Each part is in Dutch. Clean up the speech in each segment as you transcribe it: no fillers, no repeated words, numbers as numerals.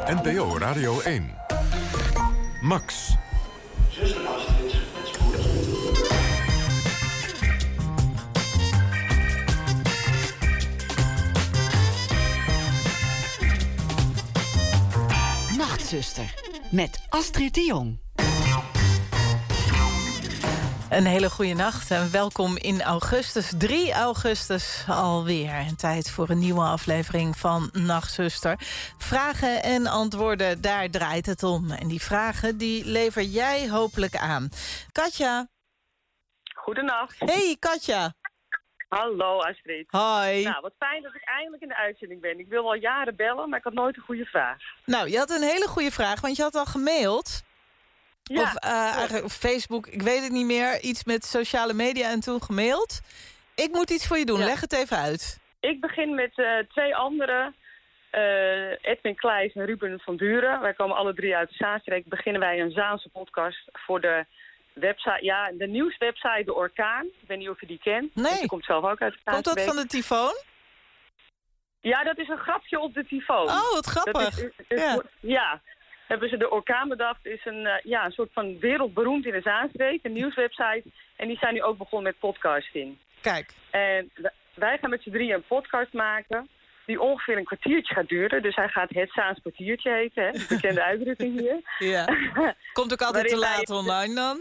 NPO Radio 1. Max. Nachtzuster, met Astrid de Jong. Een hele goede nacht en welkom in augustus. 3 augustus alweer. En tijd voor een nieuwe aflevering van Nachtzuster. Vragen en antwoorden, daar draait het om. En die vragen, die lever jij hopelijk aan. Katja. Goedenacht. Hey, Katja. Hallo Astrid. Hoi. Nou, wat fijn dat ik eindelijk in de uitzending ben. Ik wil al jaren bellen, maar ik had nooit een goede vraag. Nou, je had een hele goede vraag, want je had al gemaild. Ja, of eigenlijk op Facebook, ik weet het niet meer. Iets met sociale media en toen gemaild. Ik moet iets voor je doen, leg het even uit. Ik begin met 2 anderen. Edwin Kleijs en Ruben van Duren. Wij komen alle 3 uit de Zaanstreek. Beginnen wij een Zaanse podcast voor de website, de nieuwswebsite De Orkaan. Ik weet niet of je die kent. Nee. Die komt zelf ook uit de Zaanstreek. Komt dat van de tyfoon? Ja, dat is een grapje op de tyfoon. Oh, wat grappig. Ja. Hebben ze De Orkaan bedacht. Is een soort van wereldberoemd in de Zaanstreek. Een nieuwswebsite. En die zijn nu ook begonnen met podcasting. Kijk. En wij gaan met z'n 3 een podcast maken. Die ongeveer een kwartiertje gaat duren. Dus hij gaat het Zaans kwartiertje heten. Hè? De bekende uitdrukking hier. Ja. Komt ook altijd te laat online dan?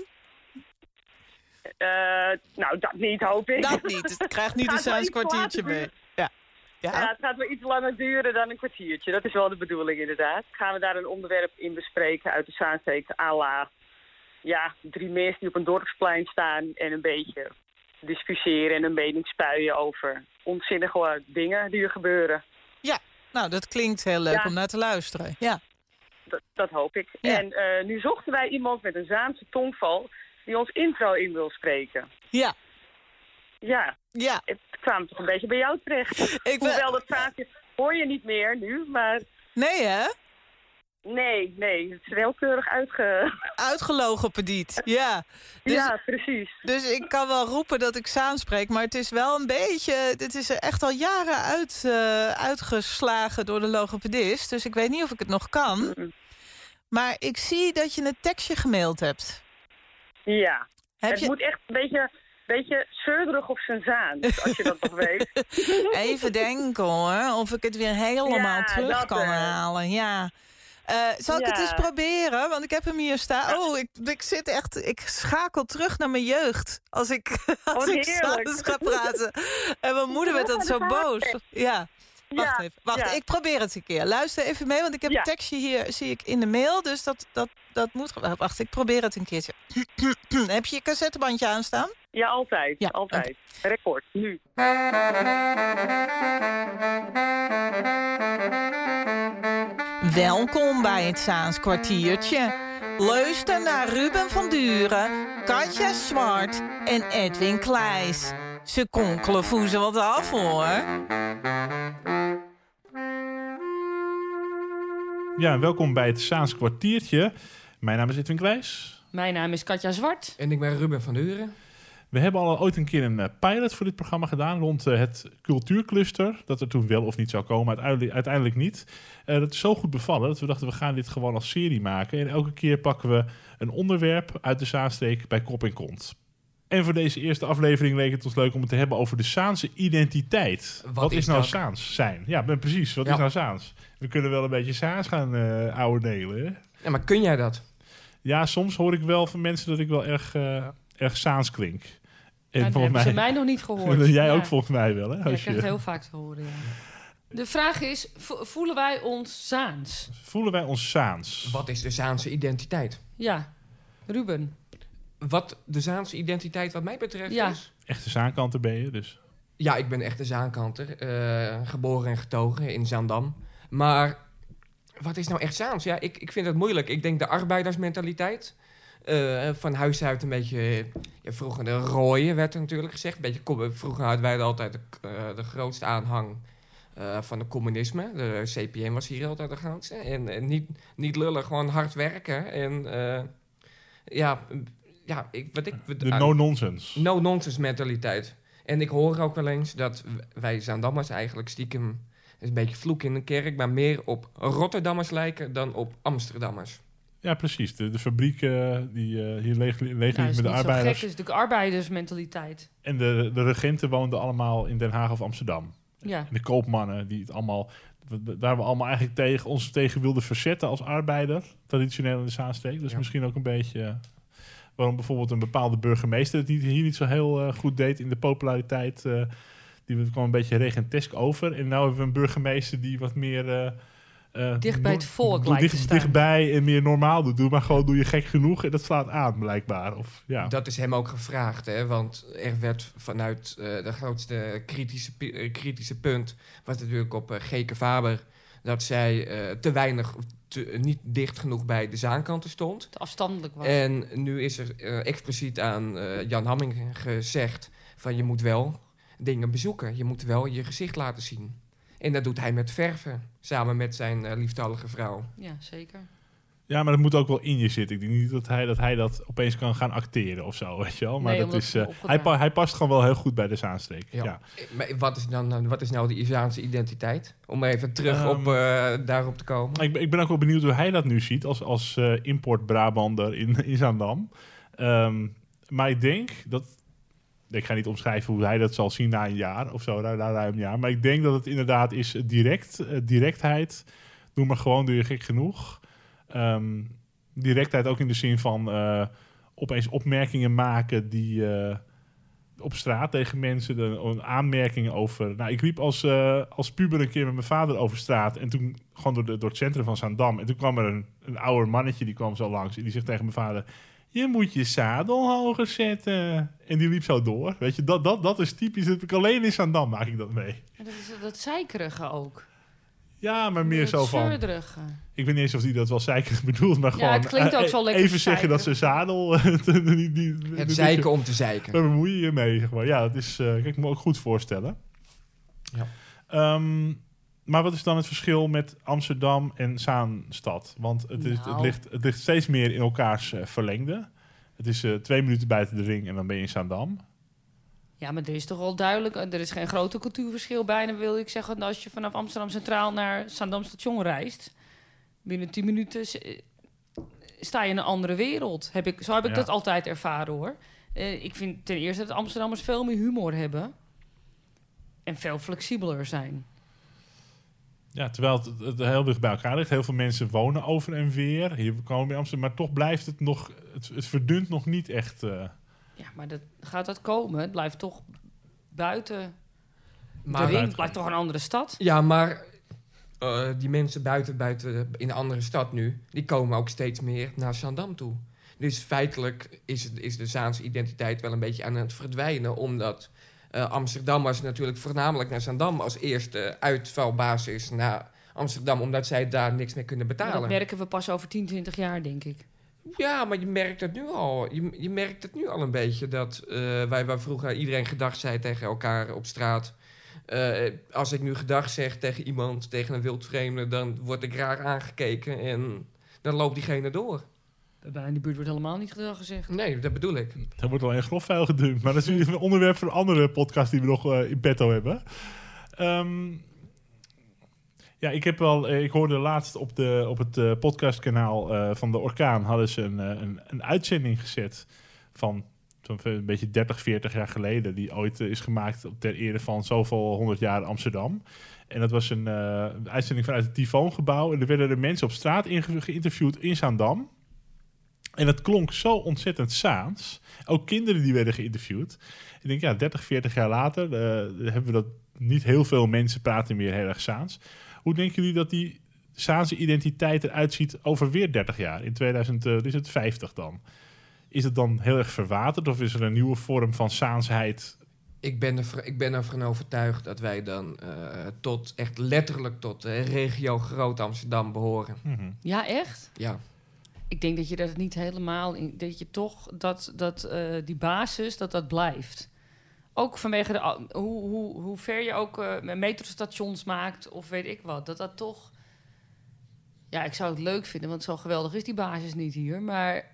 Nou, dat niet, hoop ik. Dat niet. Het krijgt niet een Zaans kwartiertje mee. Ja, het gaat wel iets langer duren dan een kwartiertje. Dat is wel de bedoeling, inderdaad. Gaan we daar een onderwerp in bespreken uit de Zaanstreek à la 3 mensen die op een dorpsplein staan en een beetje discussiëren en een mening spuien over onzinnige dingen die er gebeuren. Ja, nou, dat klinkt heel leuk om naar te luisteren. Ja. Dat hoop ik. Ja. En nu zochten wij iemand met een Zaanse tongval die ons intro in wil spreken. Ja. Ja. Het kwam toch een beetje bij jou terecht. Hoewel dat vraagje hoor je niet meer nu, maar... Nee, hè? Nee. Het is wel keurig uitgelogopedied, ja. Dus, ja, precies. Dus ik kan wel roepen dat ik Zaans spreek, maar het is wel een beetje... Het is er echt al jaren uitgeslagen door de logopedist. Dus ik weet niet of ik het nog kan. Maar ik zie dat je een tekstje gemaild hebt. Ja. Moet echt een beetje zeurderig op zijn Zaans, als je dat nog weet. Even denken hoor, of ik het weer helemaal terug kan halen. Ja. Zal ik het eens proberen? Want ik heb hem hier staan. Oh, ik schakel terug naar mijn jeugd. Als ik Zaans ga praten. En mijn moeder werd dan zo boos. Ja. Wacht, ik probeer het een keer. Luister even mee, want ik heb een tekstje hier, zie ik in de mail. Dus dat moet... Wacht, ik probeer het een keertje. Heb je je cassettebandje aanstaan? Ja, altijd. Ja, altijd. Okay. Record, nu. Welkom bij het Zaans kwartiertje. Luister naar Ruben van Duren, Katja Zwart en Edwin Kleijs. Ze konkelen voezen wat af, hoor. Ja, welkom bij het Zaans kwartiertje. Mijn naam is Edwin Kleijs. Mijn naam is Katja Zwart. En ik ben Ruben van Duren. We hebben al ooit een keer een pilot voor dit programma gedaan rond het cultuurcluster. Dat er toen wel of niet zou komen, uiteindelijk niet. Dat is zo goed bevallen dat we dachten, we gaan dit gewoon als serie maken. En elke keer pakken we een onderwerp uit de Zaanstreek bij kop en kont. En voor deze eerste aflevering leek het ons leuk om het te hebben over de Zaanse identiteit. Wat is nou Zaans zijn? Ja, precies. Wat is nou Zaans? We kunnen wel een beetje Zaans gaan ouwerdelen. Hè? Ja, maar kun jij dat? Ja, soms hoor ik wel van mensen dat ik wel erg Zaans klink. En dat hebben ze mij nog niet gehoord. Jij ook volgens mij wel, hè? Ja, ik krijg het heel vaak te horen, ja. De vraag is, voelen wij ons Zaans? Voelen wij ons Zaans? Wat is de Zaanse identiteit? Ja, Ruben. Wat de Zaanse identiteit wat mij betreft is? Echte Zaankanter ben je, dus. Ja, ik ben echte Zaankanter. Geboren en getogen in Zaandam. Maar wat is nou echt Zaans? Ja, ik vind het moeilijk. Ik denk de arbeidersmentaliteit. Van huis uit een beetje... vroeger de rooien werd er natuurlijk gezegd. Vroeger hadden wij altijd de grootste aanhang van de communisme. De CPN was hier altijd de grootste. En niet lullen, gewoon hard werken. En de no-nonsense. No-nonsense mentaliteit. En ik hoor ook wel eens dat wij Zaandammers eigenlijk stiekem is een beetje vloek in de kerk, maar meer op Rotterdammers lijken dan op Amsterdammers. Ja, precies. De fabrieken die hier leeg Nou, met is de niet zo arbeiders. gek, is natuurlijk arbeidersmentaliteit. En de regenten woonden allemaal in Den Haag of Amsterdam. Ja. En de koopmannen die het allemaal... Daar we allemaal eigenlijk ons tegen wilden verzetten als arbeider. Traditioneel in de Zaanstreek. Dus misschien ook een beetje... waarom bijvoorbeeld een bepaalde burgemeester het hier niet zo heel goed deed in de populariteit. Die kwam een beetje regentesk over. En nu hebben we een burgemeester die wat meer... dicht bij het volk lijkt te staan. Dichtbij en meer normaal doet. Maar gewoon doe je gek genoeg en dat slaat aan blijkbaar. Of, ja. Dat is hem ook gevraagd, hè? Want er werd vanuit de grootste kritische punt... was natuurlijk op Geke Faber... dat zij te weinig, niet dicht genoeg bij de zaankanten stond. Te afstandelijk was. En nu is er expliciet aan Jan Hamming gezegd... van je moet wel dingen bezoeken. Je moet wel je gezicht laten zien. En dat doet hij met verven, samen met zijn lieftallige vrouw. Ja, zeker. Ja, maar dat moet ook wel in je zitten. Ik denk niet dat hij dat opeens kan gaan acteren of zo, weet je wel. Maar Nee, dat omdat is, het hij past gewoon wel heel goed bij de Zaanstreek. Ja. Maar wat is nou de Isaanse identiteit? Om even terug daarop te komen. Ik ben ook wel benieuwd hoe hij dat nu ziet als import-Brabander in Zaandam. Maar ik denk dat... Ik ga niet omschrijven hoe hij dat zal zien na een jaar of zo, na ruim een jaar. Maar ik denk dat het inderdaad is directheid. Doe maar gewoon, doe je gek genoeg. Directheid ook in de zin van opeens opmerkingen maken die op straat tegen mensen, aanmerkingen over... Nou, ik liep als puber een keer met mijn vader over straat en toen gewoon door het centrum van Zaandam. En toen kwam er een ouder mannetje, die kwam zo langs en die zegt tegen mijn vader... Je moet je zadel hoger zetten. En die liep zo door. Weet je, dat is typisch. Dat heb ik alleen in Zaandam maak ik dat mee. En dat is dat zeikerige ook. Ja, maar meer zo van... zeurderige. Ik weet niet eens of die dat wel zeikerig bedoelt, maar gewoon... het klinkt ook zo lekker even zeggen dat ze zadel... Het zeiken om te zeiken. Daar bemoei je je mee, zeg maar. Ja, dat is... kan ik me ook goed voorstellen. Ja. Maar wat is dan het verschil met Amsterdam en Zaanstad? Want het ligt steeds meer in elkaars verlengde. Het is 2 minuten buiten de ring en dan ben je in Zaandam. Ja, maar er is toch wel duidelijk... Er is geen grote cultuurverschil bijna, wil ik zeggen... als je vanaf Amsterdam Centraal naar Zaandam Station reist. Binnen 10 minuten sta je in een andere wereld. Zo heb ik dat altijd ervaren, hoor. Ik vind ten eerste dat Amsterdammers veel meer humor hebben. En veel flexibeler zijn. Ja, terwijl het heel dicht bij elkaar ligt. Heel veel mensen wonen over en weer. Hier komen bij Amsterdam, maar toch blijft het nog... Het verdunt nog niet echt... Ja, maar gaat dat komen? Het blijft toch buiten Maar de ring. Het blijft toch een andere stad? Ja, maar die mensen buiten in een andere stad nu... die komen ook steeds meer naar Zaandam toe. Dus feitelijk is de Zaanse identiteit wel een beetje aan het verdwijnen... omdat Amsterdammers natuurlijk voornamelijk naar Zaandam... als eerste uitvalbasis naar Amsterdam... omdat zij daar niks meer kunnen betalen. Maar dat merken we pas over 10, 20 jaar, denk ik. Ja, maar je merkt het nu al. Je merkt het nu al een beetje dat wij vroeger iedereen gedag zei tegen elkaar op straat. Als ik nu gedag zeg tegen iemand, tegen een wildvreemde, dan word ik raar aangekeken en dan loopt diegene door. Bij in die buurt wordt helemaal niet gedag gezegd. Nee, dat bedoel ik. Er wordt wel een grofvuil gedumpt. Maar dat is een onderwerp voor een andere podcast die we nog in petto hebben. Ja, ik hoorde laatst op het podcastkanaal van de Orkaan... hadden ze een uitzending gezet van een beetje 30, 40 jaar geleden... die ooit is gemaakt ter ere van zoveel 100 jaar Amsterdam. En dat was een uitzending vanuit het Tyfoongebouw. En er werden de mensen op straat geïnterviewd in Zaandam. En dat klonk zo ontzettend Zaans. Ook kinderen die werden geïnterviewd. Ik denk, ja, 30, 40 jaar later hebben we dat... Niet heel veel mensen praten meer heel erg Zaans. Hoe denken jullie dat die Zaanse identiteit eruit ziet over weer 30 jaar? In 2050 dan. Is het dan heel erg verwaterd of is er een nieuwe vorm van Zaansheid? Ik ben ervan overtuigd dat wij dan echt letterlijk tot regio Groot Amsterdam behoren. Mm-hmm. Ja, echt? Ja. Ik denk dat je dat niet helemaal... Dat je toch die basis, dat blijft. Ook vanwege hoe ver je ook metrostations maakt of weet ik wat. Dat toch... Ja, ik zou het leuk vinden, want zo geweldig is die basis niet hier. Maar...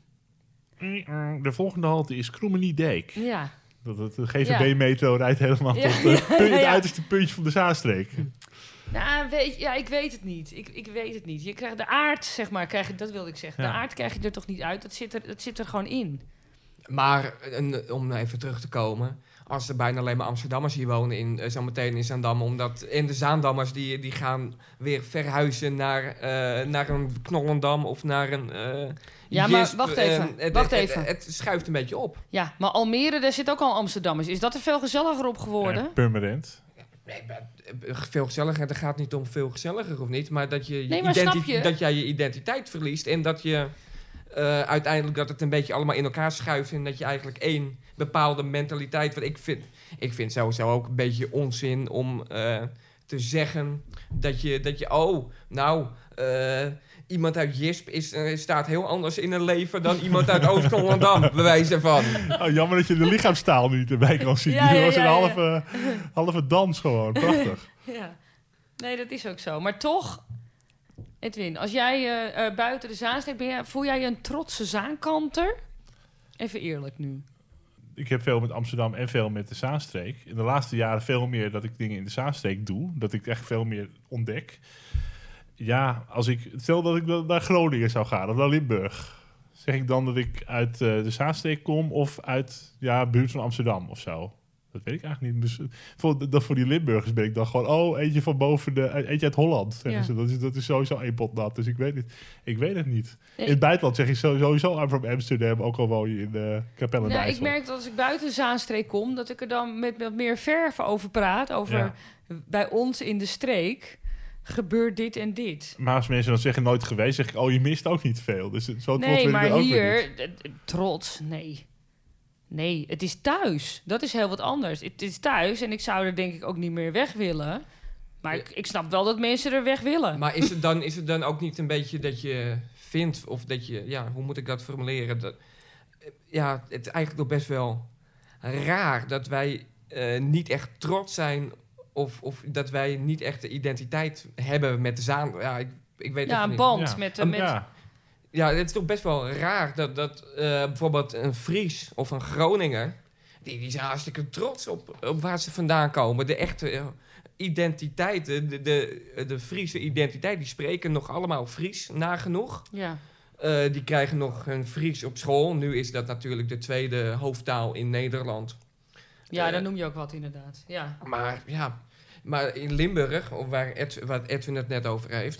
De volgende halte is Krommenie-Dijk. Ja. Dat het GVB-metro rijdt helemaal tot het uiterste puntje van de Zaanstreek. Nou, ik weet het niet. Ik weet het niet. Je krijgt de aard, zeg maar, dat wilde ik zeggen. Ja. De aard krijg je er toch niet uit? Dat zit er gewoon in. Maar om even terug te komen, als er bijna alleen maar Amsterdammers hier wonen zometeen in Zaandam, en de Zaandammers die gaan weer verhuizen naar een Knollendam of naar een... maar wacht even. Het schuift een beetje op. Ja, maar Almere, daar zit ook al Amsterdammers. Is dat er veel gezelliger op geworden? Permanent. Nee, veel gezelliger. Het gaat niet om veel gezelliger of niet, maar dat snap jij je identiteit verliest en dat je uiteindelijk dat het een beetje allemaal in elkaar schuift en dat je eigenlijk één bepaalde mentaliteit... Want ik vind sowieso ook een beetje onzin om te zeggen dat je iemand uit Jisp staat heel anders in een leven dan iemand uit Oost-Hollandam, bij wijze van. Oh, jammer dat je de lichaamstaal niet erbij kan zien. Ja, Die was ja, een halve dans gewoon. Prachtig. Ja. Nee, dat is ook zo. Maar toch, Edwin, als jij buiten de Zaanstreek bent, voel jij je een trotse Zaankanter? Even eerlijk nu. Ik heb veel met Amsterdam en veel met de Zaanstreek. In de laatste jaren veel meer dat ik dingen in de Zaanstreek doe. Dat ik echt veel meer ontdek. Ja, stel dat ik naar Groningen zou gaan of naar Limburg. Zeg ik dan dat ik uit de Zaanstreek kom of uit buurt van Amsterdam of zo? Dat weet ik eigenlijk niet. Dus, voor die Limburgers ben ik dan gewoon... eentje van boven eentje uit Holland. Zeggen ze. Dat is sowieso één pot nat. Dus ik weet het niet. Nee. In het buitenland zeg je sowieso I'm from Amsterdam. Ook al woon je in Capelle en Ik merk dat als ik buiten de Zaanstreek kom, dat ik er dan met wat meer verf over praat. Over bij ons in de streek gebeurt dit en dit. Maar als mensen dan zeggen nooit geweest, zeg ik... je mist ook niet veel. Dus zo nee, maar hier... Trots, nee. Nee, het is thuis. Dat is heel wat anders. Het is thuis en ik zou er denk ik ook niet meer weg willen. Maar ik snap wel dat mensen er weg willen. Maar is het dan ook niet een beetje dat je vindt... of dat je... Ja, hoe moet ik dat formuleren? Het is eigenlijk nog best wel raar... dat wij niet echt trots zijn... Of dat wij niet echt de identiteit hebben met de Zaan. Ja, ik weet het niet. Een band met... Ja, het is toch best wel raar dat bijvoorbeeld een Fries of een Groninger... Die zijn hartstikke trots op waar ze vandaan komen. De echte identiteit, de Friese identiteit... die spreken nog allemaal Fries, nagenoeg. Ja. Die krijgen nog hun Fries op school. Nu is dat natuurlijk de tweede hoofdtaal in Nederland. Ja, dan noem je ook wat inderdaad. Ja. Maar in Limburg, waar Edwin het net over heeft...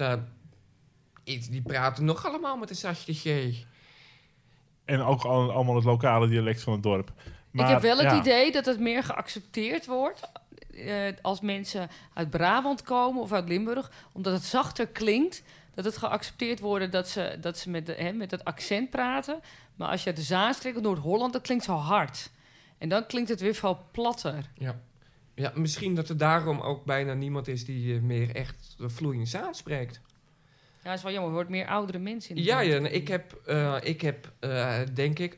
die praten nog allemaal met een zachte G. En ook allemaal het lokale dialect van het dorp. Maar, ik heb wel het idee dat het meer geaccepteerd wordt... als mensen uit Brabant komen of uit Limburg... omdat het zachter klinkt... dat het geaccepteerd wordt dat ze met het accent praten. Maar als je uit de Zaanstreek of Noord-Holland... dat klinkt zo hard. En dan klinkt het weer veel platter. Ja, misschien dat er daarom ook bijna niemand is... die meer echt vloeiend Zaans spreekt. Ja, dat is wel jammer. Er wordt meer oudere mensen in. Ik heb denk ik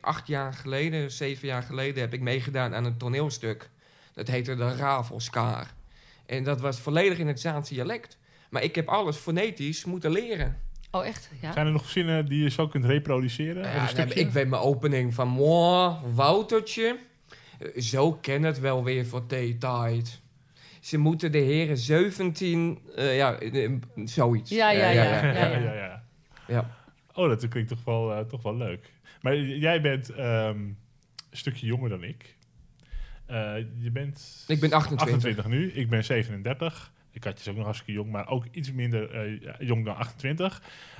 7 jaar geleden... heb ik meegedaan aan een toneelstuk. Dat heette De Ravelskaar. En dat was volledig in het Zaanse dialect. Maar ik heb alles fonetisch moeten leren. Oh, echt? Ja? Zijn er nog zinnen die je zo kunt reproduceren? Ik weet mijn opening van... Mooi, Woutertje. Zo ken het wel weer voor theetijd. Ze moeten de heren 17... zoiets. Ja. Oh, dat klinkt toch wel leuk. Maar jij bent een stukje jonger dan ik. Je bent... Ik ben 28 nu. Ik ben 37. Ik had je ook nog hartstikke jong, maar ook iets minder jong dan 28.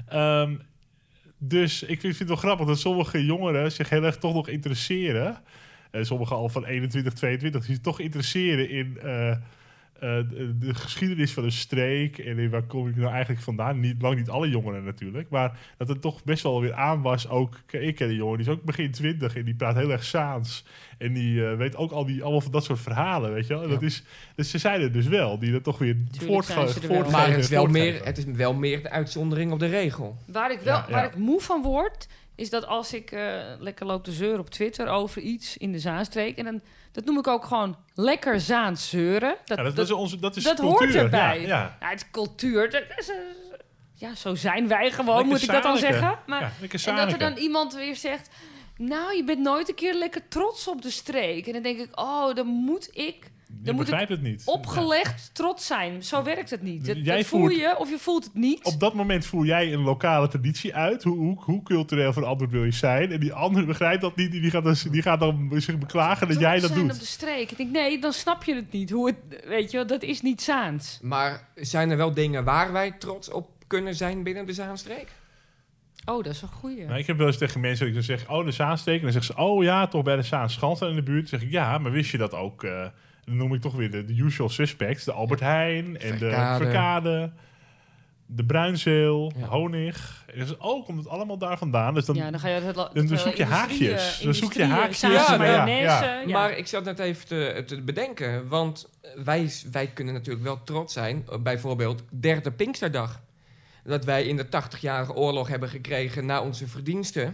Dus ik vind het wel grappig dat sommige jongeren zich heel erg toch nog interesseren. Sommigen al van 21, 22. Die zich toch interesseren in de geschiedenis van een streek. En in waar kom ik nou eigenlijk vandaan. Lang niet alle jongeren natuurlijk. Maar dat het toch best wel weer aan was. Ook, ik ken een jongen, die is ook begin 20. En die praat heel erg Zaans. En die weet ook allemaal van dat soort verhalen, weet je wel. Ja. Dus ze zijn er dus wel. Die dat toch weer voortgeven. Maar het is wel meer de uitzondering op de regel. Waar ik moe van word... is dat als ik lekker loop te zeuren op Twitter over iets in de Zaanstreek... en dan, dat noem ik ook gewoon lekker Zaans zeuren. Dat hoort erbij. Ja, het is cultuur. Zo zijn wij gewoon, lekker moet ik dat dan zeggen? Maar, en dat er dan iemand weer zegt... nou, je bent nooit een keer lekker trots op de streek. En dan denk ik, dan moet ik Je begrijpt het niet. Opgelegd trots zijn. Zo werkt het niet. Jij dat voel je of je voelt het niet. Op dat moment voer jij een lokale traditie uit. Hoe cultureel verantwoord wil je zijn? En die andere begrijpt dat niet. Die gaat dan zich beklagen dat jij dat doet. Op de streek. Ik denk, nee, dan snap je het niet. Weet je, dat is niet Zaans. Maar zijn er wel dingen waar wij trots op kunnen zijn binnen de Zaanstreek? Oh, dat is een goeie. Nou, ik heb wel eens tegen mensen dat ik dan zeg, de Zaanstreek. En dan zeggen ze, oh ja, toch bij de Zaanschans in de buurt. Dan zeg ik, ja, maar wist je dat ook? Dan noem ik toch weer de usual suspects. De Albert Heijn en de Verkade. De Bruinzeel, Honig. En dus, komt het allemaal daar vandaan. Dus dan ga je dan zoek je haakjes. Dan zoek je haakjes. Maar ik zat net even te bedenken. Want wij kunnen natuurlijk wel trots zijn. Bijvoorbeeld derde Pinksterdag. Dat wij in de 80-jarige oorlog hebben gekregen na onze verdiensten.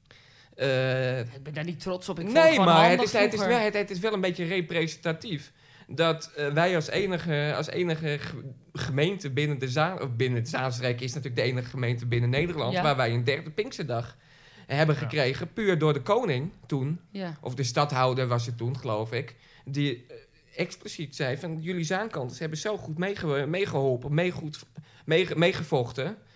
Ik ben daar niet trots op. Nee, maar het is wel een beetje representatief. Dat wij als enige gemeente binnen de Zaanstreek is natuurlijk de enige gemeente binnen Nederland, waar wij een derde Pinksterdag hebben gekregen, puur door de koning toen, of de stadhouder was het toen, geloof ik, die expliciet zei van jullie Zaankanters hebben zo goed meegeholpen, meegevochten.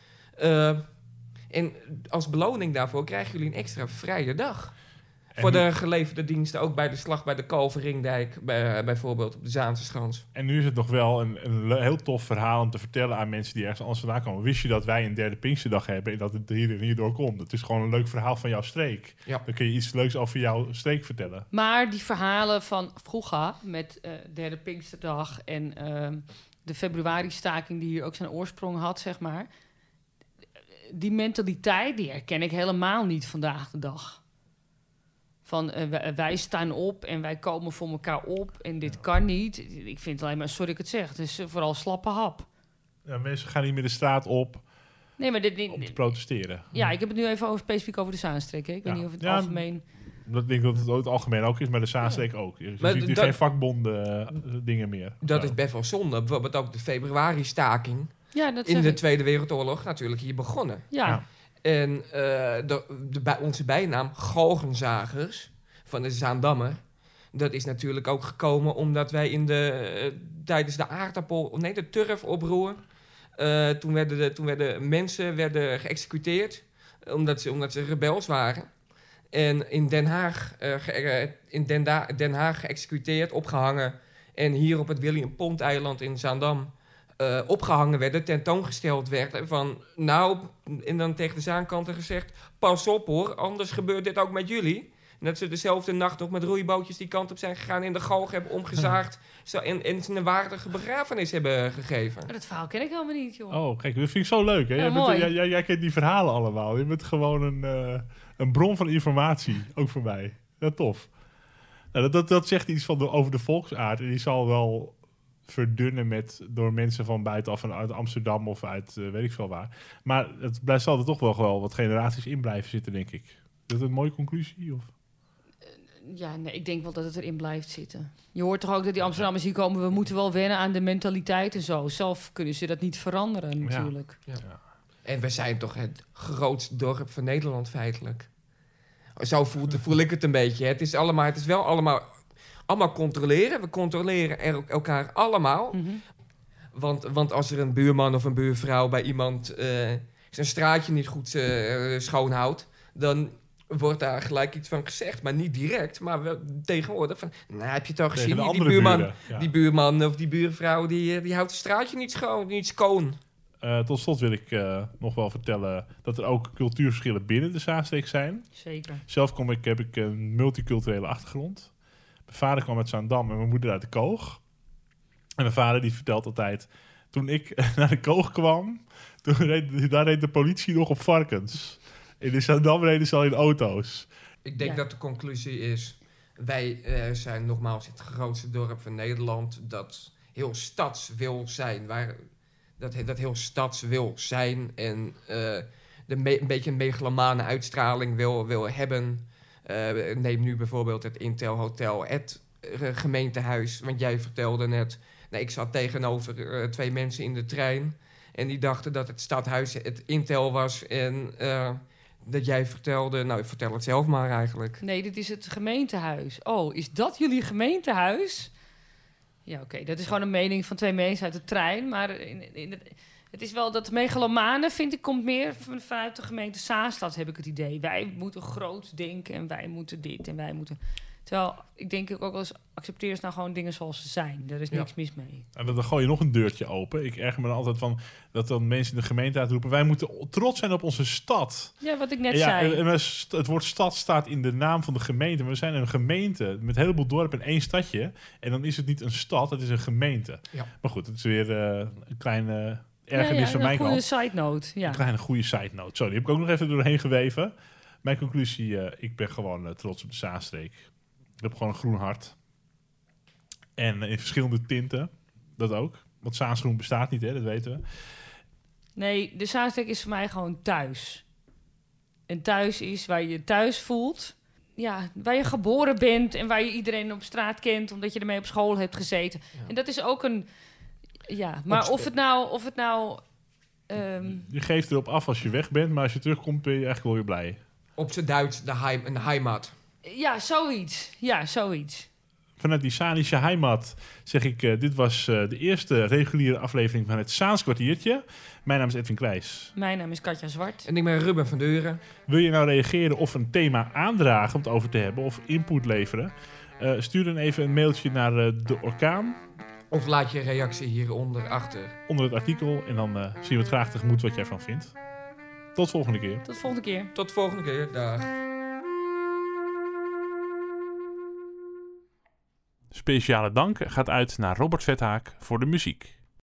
En als beloning daarvoor krijgen jullie een extra vrije dag. Voor de geleverde diensten, ook bij de slag bij de Kalverringdijk, bijvoorbeeld op de Zaanse Schans. En nu is het nog wel een heel tof verhaal om te vertellen aan mensen die ergens anders vandaan komen. Wist je dat wij een derde Pinksterdag hebben en dat het hierdoor komt? Het is gewoon een leuk verhaal van jouw streek. Ja. Dan kun je iets leuks over jouw streek vertellen. Maar die verhalen van vroeger met derde Pinksterdag en de februari-staking die hier ook zijn oorsprong had, zeg maar. Die mentaliteit, die herken ik helemaal niet vandaag de dag. Van wij staan op en wij komen voor elkaar op en dit kan niet. Ik vind alleen maar, sorry ik het zeg, het is vooral slappe hap. Ja, mensen gaan niet meer de straat op om te protesteren. Ja, ik heb het nu even specifiek over de Zaanstreek. Hè? Ik weet niet of het algemeen... Ik denk dat het het algemeen ook is, maar de Zaanstreek ook. Je ziet hier geen vakbonden dingen meer. Dat is best wel zonde. Bijvoorbeeld ook de februari-staking in de Tweede Wereldoorlog natuurlijk hier begonnen. Ja. En onze bijnaam Galgenzagers van de Zaandammer, dat is natuurlijk ook gekomen omdat wij tijdens de turfoproer, toen werden mensen geëxecuteerd omdat ze rebels waren. En in Den Haag geëxecuteerd, opgehangen. En hier op het William Pond-eiland in Zaandam opgehangen werden, tentoongesteld werd. En dan tegen de Zaankanten gezegd, pas op hoor, anders gebeurt dit ook met jullie. En dat ze dezelfde nacht nog met roeibootjes die kant op zijn gegaan, in de galg hebben omgezaagd en ze een waardige begrafenis hebben gegeven. Maar dat verhaal ken ik helemaal niet, joh. Oh, kijk, dat vind ik zo leuk. Hè? Jij kent die verhalen allemaal. Je bent gewoon een bron van informatie, ook voor mij. Ja, tof. Nou, dat zegt iets over de volksaard en die zal wel verdunnen door mensen van buitenaf, uit Amsterdam of uit weet ik veel waar. Maar het zal er toch wel wat generaties in blijven zitten, denk ik. Is dat een mooie conclusie? Of? Ja, nee, ik denk wel dat het erin blijft zitten. Je hoort toch ook dat die Amsterdammers hier komen, we moeten wel wennen aan de mentaliteit en zo. Zelf kunnen ze dat niet veranderen, natuurlijk. Ja. En we zijn toch het grootste dorp van Nederland, feitelijk. Zo voel ik het een beetje. Het is wel allemaal controleren. We controleren elkaar allemaal. Mm-hmm. Want als er een buurman of een buurvrouw bij iemand zijn straatje niet goed schoonhoudt, dan wordt daar gelijk iets van gezegd. Maar niet direct, maar wel tegenwoordig. Heb je toch gezien? Die buurman of die buurvrouw, die houdt het straatje niet schoon. Tot slot wil ik nog wel vertellen dat er ook cultuurverschillen binnen de Zaanstreek zijn. Zeker. Zelf heb ik een multiculturele achtergrond. Mijn vader kwam uit Zaandam en mijn moeder uit de Koog. En mijn vader die vertelt altijd, toen ik naar de Koog kwam, daar reed de politie nog op varkens. In Zaandam reden ze al in auto's. Ik denk dat de conclusie is, wij zijn nogmaals het grootste dorp van Nederland dat heel stads wil zijn. Dat heel stads wil zijn en een beetje een megalomane uitstraling wil hebben. Neem nu bijvoorbeeld het Intel Hotel, het gemeentehuis. Want jij vertelde net, ik zat tegenover 2 mensen in de trein en die dachten dat het stadhuis het Intel was en dat jij vertelde, vertel het zelf maar eigenlijk. Nee, dit is het gemeentehuis. Oh, is dat jullie gemeentehuis? Ja, oké. Dat is gewoon een mening van 2 mensen uit de trein. Maar het is wel dat megalomane, vind ik, komt meer vanuit de gemeente Zaanstad, heb ik het idee. Wij moeten groot denken en wij moeten dit en wij moeten... Terwijl, ik denk ook wel eens, accepteer eens nou gewoon dingen zoals ze zijn. Daar is niks mis mee. En dan gooi je nog een deurtje open. Ik erger me dan altijd van dat dan mensen in de gemeente uitroepen... wij moeten trots zijn op onze stad. Ja, wat ik net zei. En het woord stad staat in de naam van de gemeente. We zijn een gemeente met een heleboel dorpen in 1 stadje. En dan is het niet een stad, het is een gemeente. Ja. Maar goed, het is weer een kleine ergernis van mijn kant. Een goede side note. Ja. Een kleine goede side note. Zo, die heb ik ook nog even doorheen geweven. Mijn conclusie, ik ben gewoon trots op de Zaanstreek. Ik heb gewoon een groen hart. En in verschillende tinten. Dat ook. Want Zaangroen bestaat niet, hè? Dat weten we. Nee, de Zaanstreek is voor mij gewoon thuis. En thuis is waar je je thuis voelt. Ja, waar je geboren bent en waar je iedereen op straat kent... omdat je ermee op school hebt gezeten. Ja. En dat is ook een... Ja, maar of het nou... Je geeft erop af als je weg bent... maar als je terugkomt ben je echt wel weer blij. Op z'n Duits een heimat. Ja, zoiets. Vanuit die Sanische heimat zeg ik... dit was de eerste reguliere aflevering van het Zaans kwartiertje. Mijn naam is Edwin Kleijs. Mijn naam is Katja Zwart. En ik ben Ruben van Deuren. Wil je nou reageren of een thema aandragen om het over te hebben... of input leveren? Stuur dan even een mailtje naar De Orkaan. Of laat je reactie hieronder achter. Onder het artikel. En dan zien we het graag tegemoet wat jij ervan vindt. Tot volgende keer. Tot volgende keer. Dag. Speciale dank gaat uit naar Robert Vethaak voor de muziek.